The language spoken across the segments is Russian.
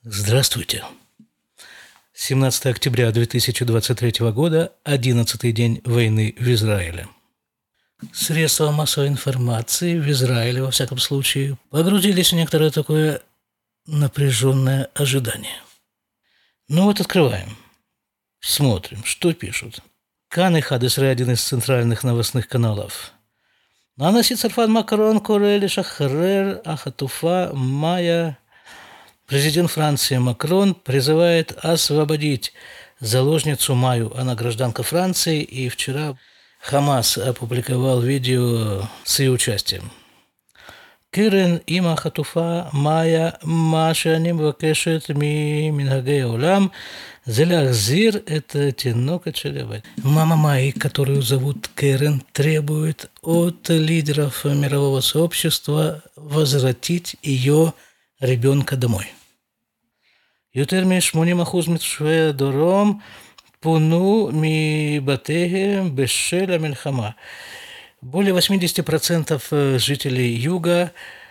Здравствуйте. 17 октября 2023 года, 11-й день войны в Израиле. Средства массовой информации в Израиле, во всяком случае, погрузились в некоторое такое напряженное ожидание. Ну вот открываем, смотрим, что пишут. Кан Ихад-Исраэль, один из центральных новостных каналов. Нанаси Царфан Макрон Корели Шахрер Ахатуфа Майя. Президент Франции Макрон призывает освободить заложницу Майю. Она гражданка Франции, и вчера Хамас опубликовал видео с ее участием. Кирен има хатуфа Майя Машани Мвакешет ми Минхагей Олам Зелахзир это тинокет шелевать. Мама Майи, которую зовут Кирен, требует от лидеров мирового сообщества возвратить ее ребенка домой. יותר מ-80% מתושבי הדרום פונו מבתיהם בשל המלחמה. Более 80% жителей юга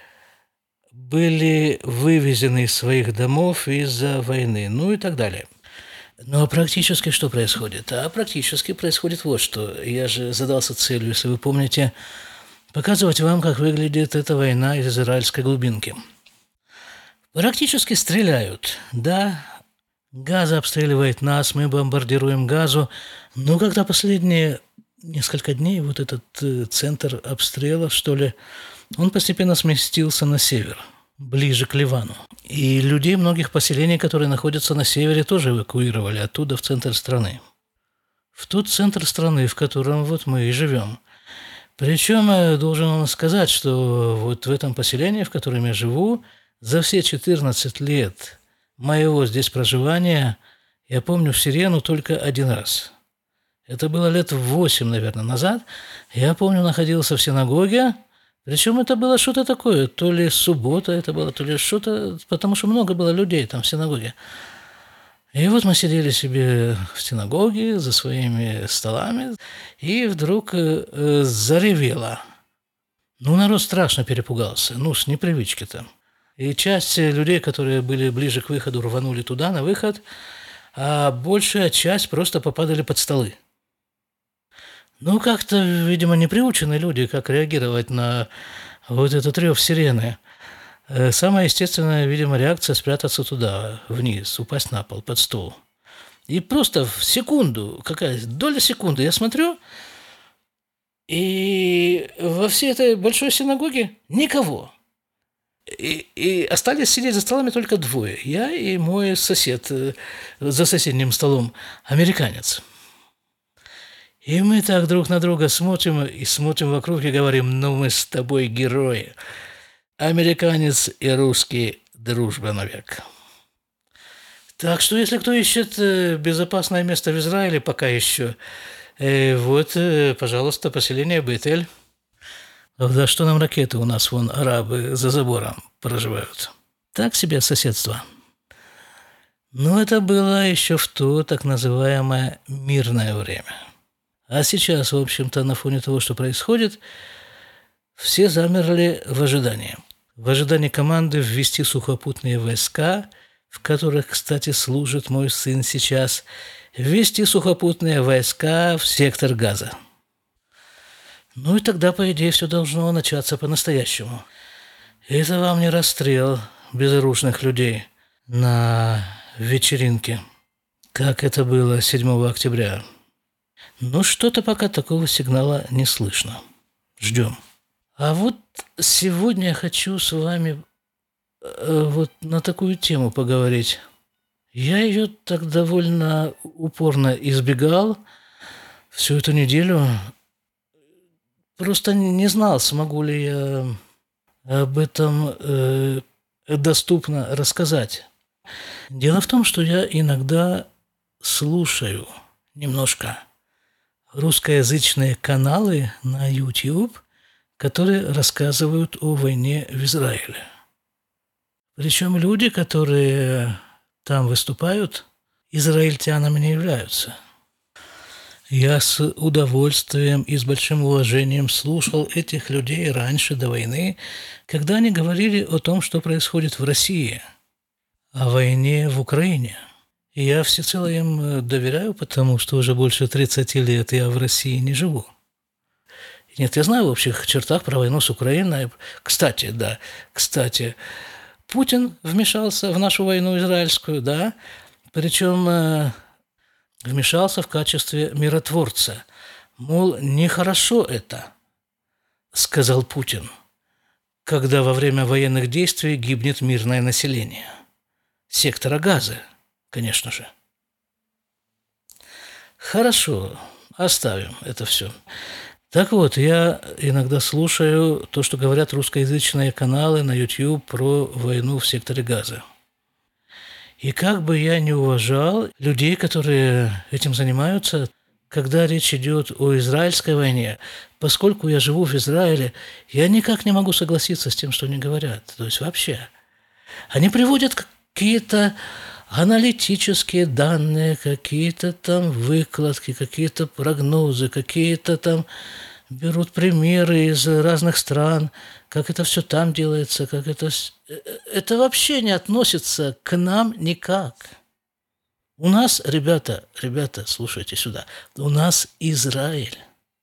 были вывезены из своих домов из-за войны, ну и так далее. Ну а практически что происходит? А практически происходит вот что. Я же задался целью, если вы помните, показывать вам, как выглядит эта война из израильской глубинки. Практически стреляют, да, Газа обстреливает нас, мы бомбардируем Газу, но когда последние несколько дней вот этот центр обстрелов, что ли, он постепенно сместился на север, ближе к Ливану. И людей многих поселений, которые находятся на севере, тоже эвакуировали оттуда в центр страны. В тот центр страны, в котором вот мы и живем. Причем должен вам сказать, что вот в этом поселении, в котором я живу, за все 14 лет моего здесь проживания я помню сирену только один раз. Это было лет 8, наверное, назад. Я помню, находился в синагоге, причем это было что-то такое, то ли суббота это было, то ли что-то, потому что много было людей там в синагоге. И вот мы сидели себе в синагоге за своими столами, и вдруг заревело. Ну, народ страшно перепугался, с непривычки-то. И часть людей, которые были ближе к выходу, рванули туда, на выход, а большая часть просто попадали под столы. Ну, как-то, видимо, не приучены люди, как реагировать на вот этот рев сирены. Самая естественная, видимо, реакция – спрятаться туда, вниз, упасть на пол, под стол. И просто в секунду, доля секунды, я смотрю, и во всей этой большой синагоге никого. И остались сидеть за столами только двое. Я и мой сосед за соседним столом, американец. И мы так друг на друга смотрим вокруг и говорим, мы с тобой герои. Американец и русский дружба навек. Так что, если кто ищет безопасное место в Израиле, пока еще, пожалуйста, поселение Бет-Эль. Да что нам ракеты, у нас вон арабы за забором проживают. Так себе соседство. Но это было еще в то так называемое мирное время. А сейчас, в общем-то, на фоне того, что происходит, все замерли в ожидании. В ожидании команды ввести сухопутные войска, в которых, кстати, служит мой сын сейчас, ввести сухопутные войска в сектор Газа. Ну и тогда, по идее, все должно начаться по-настоящему. Это вам не расстрел безоружных людей на вечеринке, как это было 7 октября. Но что-то пока такого сигнала не слышно. Ждем. А вот сегодня я хочу с вами вот на такую тему поговорить. Я ее так довольно упорно избегал всю эту неделю. Просто не знал, смогу ли я об этом доступно рассказать. Дело в том, что я иногда слушаю немножко русскоязычные каналы на YouTube, которые рассказывают о войне в Израиле. Причем люди, которые там выступают, израильтянами не являются. Я с удовольствием и с большим уважением слушал этих людей раньше, до войны, когда они говорили о том, что происходит в России. о войне в Украине. И я всецело им доверяю, потому что уже больше 30 лет я в России не живу. Нет, я знаю в общих чертах про войну с Украиной. Кстати, Путин вмешался в нашу войну израильскую, да, причем вмешался в качестве миротворца. Мол, нехорошо это, сказал Путин, когда во время военных действий гибнет мирное население. Сектора Газы, конечно же. Хорошо, оставим это все. Так вот, я иногда слушаю то, что говорят русскоязычные каналы на YouTube про войну в секторе Газа. И как бы я ни уважал людей, которые этим занимаются, когда речь идет о израильской войне, поскольку я живу в Израиле, я никак не могу согласиться с тем, что они говорят. То есть вообще. Они приводят какие-то аналитические данные, какие-то там выкладки, какие-то прогнозы, какие-то там берут примеры из разных стран, как это все там делается, как это... Это вообще не относится к нам никак. У нас, ребята, слушайте сюда, у нас Израиль.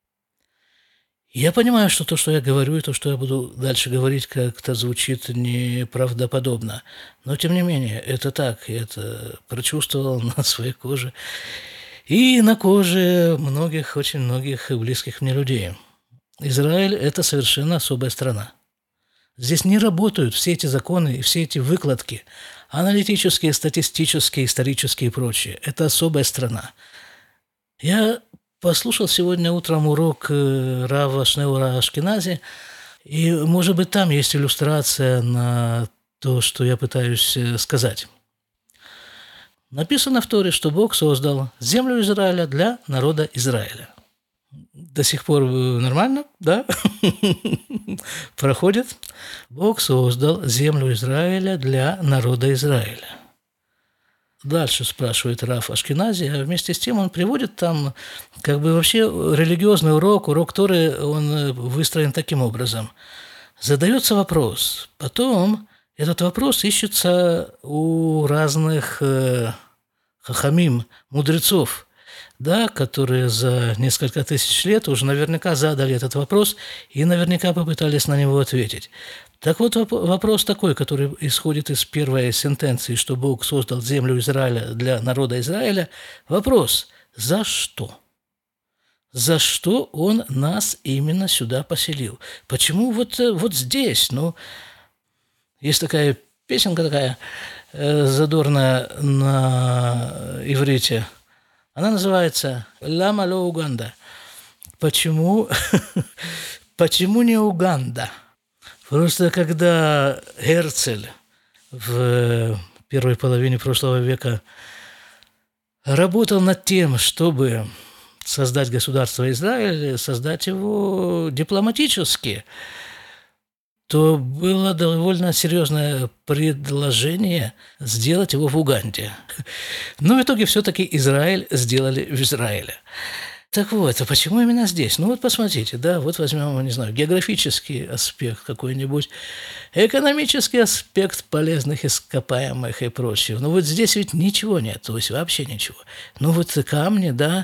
Я понимаю, что то, что я говорю, и то, что я буду дальше говорить, как-то звучит неправдоподобно. Но, тем не менее, это так. Я это прочувствовал на своей коже. И на коже очень многих близких мне людей. Израиль – это совершенно особая страна. Здесь не работают все эти законы и все эти выкладки, аналитические, статистические, исторические и прочее. Это особая страна. Я послушал сегодня утром урок Рава Шнеура Ашкенази, и, может быть, там есть иллюстрация на то, что я пытаюсь сказать. Написано в Торе, что Бог создал землю Израиля для народа Израиля. До сих пор нормально, да? Проходит. Бог создал землю Израиля для народа Израиля. Дальше спрашивает Рав Ашкенази, а вместе с тем он приводит там как бы вообще религиозный урок Торы, он выстроен таким образом. Задается вопрос, потом этот вопрос ищется у разных хахамим, мудрецов, да, которые за несколько тысяч лет уже наверняка задали этот вопрос и наверняка попытались на него ответить. Так вот, вопрос такой, который исходит из первой сентенции, что Бог создал землю Израиля для народа Израиля. Вопрос: за что? За что Он нас именно сюда поселил? Почему вот здесь? Ну, есть такая песенка такая задорная на иврите. Она называется «Лама ло Уганда». Почему не Уганда? Просто когда Герцель в первой половине прошлого века работал над тем, чтобы создать государство Израиль, создать его дипломатически, то было довольно серьезное предложение сделать его в Уганде. Но в итоге все-таки Израиль сделали в Израиле. Так вот, а почему именно здесь? Ну вот посмотрите, да, вот возьмем, не знаю, географический аспект какой-нибудь, экономический аспект полезных ископаемых и прочего. Ну вот здесь ведь ничего нет, то есть вообще ничего. Ну вот камни, да,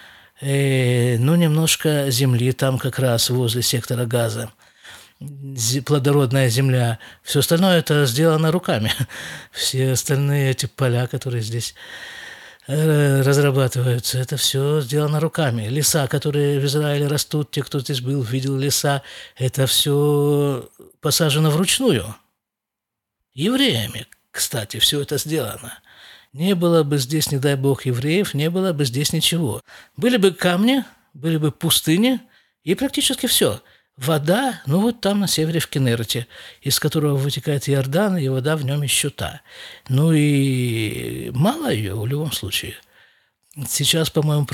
ну немножко земли там как раз возле сектора Газа, плодородная земля. Все остальное это сделано руками. Все остальные эти поля, которые здесь разрабатываются, это все сделано руками. Леса, которые в Израиле растут, те, кто здесь был, видел леса, это все посажено вручную. Евреями, кстати, все это сделано. Не было бы здесь, не дай бог, евреев, не было бы здесь ничего. Были бы камни, были бы пустыни, и практически все. Вода, ну вот там на севере в Кенерете, из которого вытекает Иордан, и вода в нем еще та. Ну и мало ее в любом случае. Сейчас, по-моему,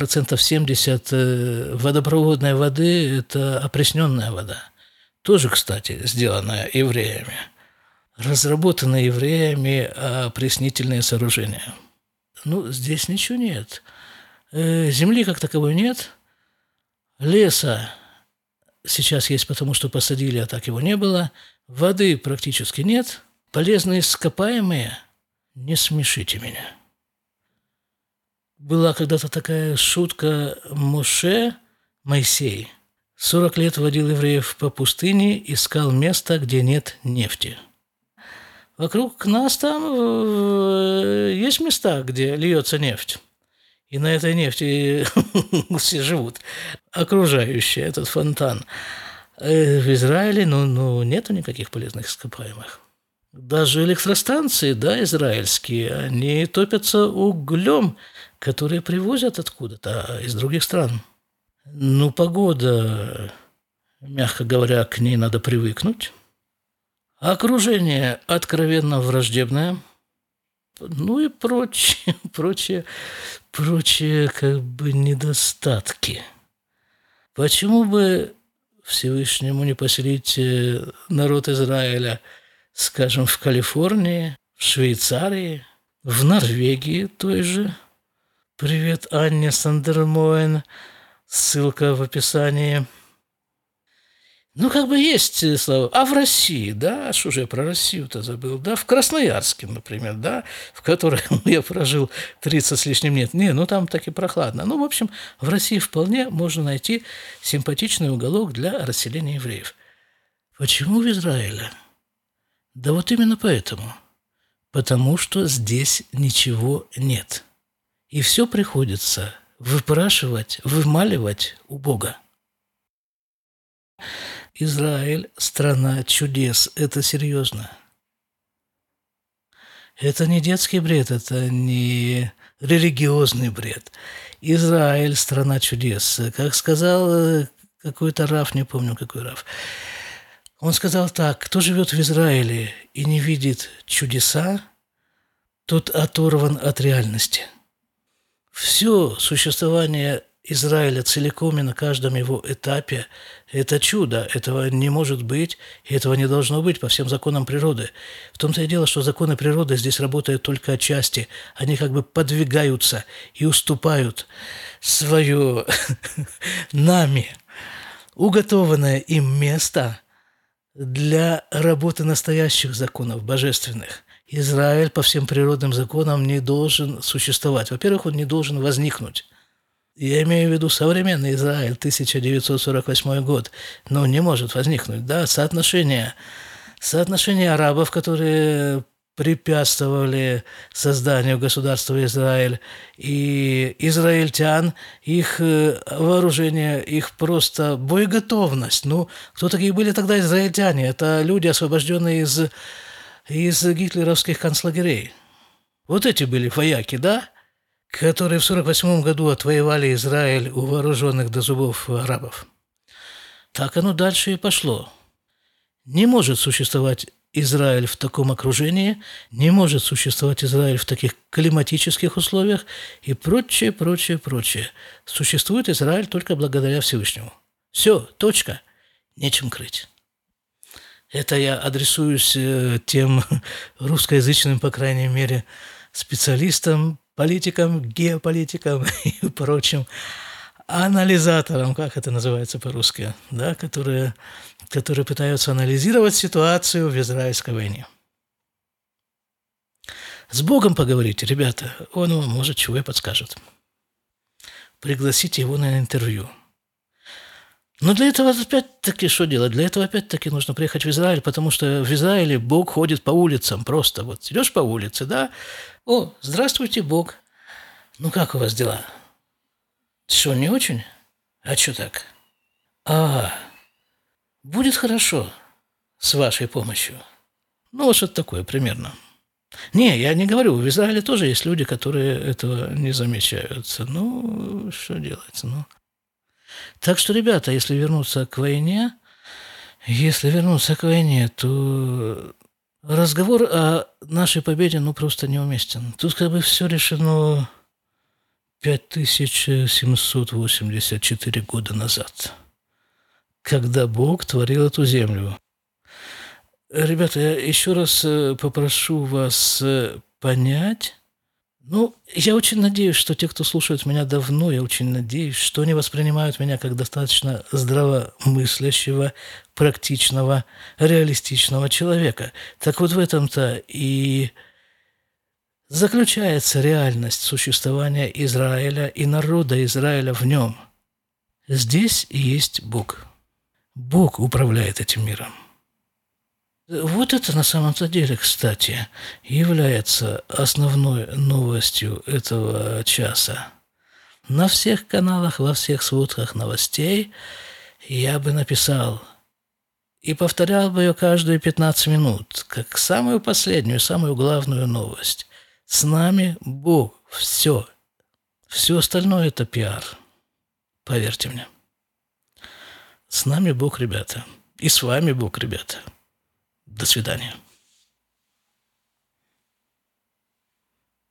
70% водопроводной воды – это опресненная вода. Тоже, кстати, сделанная евреями. Разработанные евреями опреснительные сооружения. Ну, здесь ничего нет. Земли как таковой нет. Леса сейчас есть, потому что посадили, а так его не было. Воды практически нет. Полезные ископаемые Не смешите меня. Была когда-то такая шутка: Моисей, 40 лет водил евреев по пустыне, искал место, где нет нефти. Вокруг нас там есть места, где льется нефть. И на этой нефти все живут, окружающие этот фонтан. В Израиле, нету никаких полезных ископаемых. Даже электростанции, да, израильские, они топятся углем, который привозят откуда-то, из других стран. Погода, мягко говоря, к ней надо привыкнуть. Окружение откровенно враждебное. И прочие недостатки. Почему бы Всевышнему не поселить народ Израиля, скажем, в Калифорнии, в Швейцарии, в Норвегии той же? Привет, Анне Сандермоен. Ссылка в описании. Есть слова. А в России, да, что же я про Россию-то забыл, да, в Красноярске, например, да, в котором я прожил 30 с лишним лет. Там таки прохладно. В общем, в России вполне можно найти симпатичный уголок для расселения евреев. Почему в Израиле? Да вот именно поэтому. Потому что здесь ничего нет. И все приходится выпрашивать, вымаливать у Бога. Израиль – страна чудес. Это серьезно. Это не детский бред, это не религиозный бред. Израиль – страна чудес. Как сказал какой-то рав, не помню, какой рав, он сказал так: кто живет в Израиле и не видит чудеса, тот оторван от реальности. Все существование Израиля целиком и на каждом его этапе – это чудо. Этого не может быть, и этого не должно быть по всем законам природы. В том-то и дело, что законы природы здесь работают только отчасти. Они как бы подвигаются и уступают свое нами уготованное им место для работы настоящих законов, божественных. Израиль по всем природным законам не должен существовать. Во-первых, он не должен возникнуть. Я имею в виду современный Израиль, 1948 год, но не может возникнуть. Да? Соотношение арабов, которые препятствовали созданию государства Израиль, и израильтян, их вооружение, их просто боеготовность. Кто такие были тогда израильтяне? Это люди, освобожденные из гитлеровских концлагерей. Вот эти были вояки, да? Которые в 1948 году отвоевали Израиль у вооруженных до зубов арабов. Так оно дальше и пошло. Не может существовать Израиль в таком окружении, не может существовать Израиль в таких климатических условиях и прочее. Существует Израиль только благодаря Всевышнему. Все, точка, нечем крыть. Это я адресуюсь тем русскоязычным, по крайней мере, специалистам, политикам, геополитикам и прочим анализаторам, как это называется по-русски, да, которые пытаются анализировать ситуацию в израильской войне. С Богом поговорите, ребята, он вам, может, чего и подскажет. Пригласите его на интервью. Но для этого опять-таки что делать? Для этого опять-таки нужно приехать в Израиль, потому что в Израиле Бог ходит по улицам просто. Вот идешь по улице, да? О, здравствуйте, Бог. Как у вас дела? Что, не очень? А что так? Будет хорошо с вашей помощью. Что-то такое примерно. Не, я не говорю, в Израиле тоже есть люди, которые этого не замечают. Что делать? Так что, ребята, если вернуться к войне, то разговор о нашей победе, просто неуместен. Тут все решено 5784 года назад, когда Бог творил эту землю. Ребята, я еще раз попрошу вас понять. Я очень надеюсь, что те, кто слушает меня давно, я очень надеюсь, что они воспринимают меня как достаточно здравомыслящего, практичного, реалистичного человека. Так вот в этом-то и заключается реальность существования Израиля и народа Израиля в нем. Здесь и есть Бог. Бог управляет этим миром. Вот это на самом-то деле, кстати, является основной новостью этого часа. На всех каналах, во всех сводках новостей я бы написал и повторял бы ее каждые 15 минут, как самую последнюю, самую главную новость. С нами Бог. Все. Все остальное – это пиар. Поверьте мне. С нами Бог, ребята. И с вами Бог, ребята. До свидания.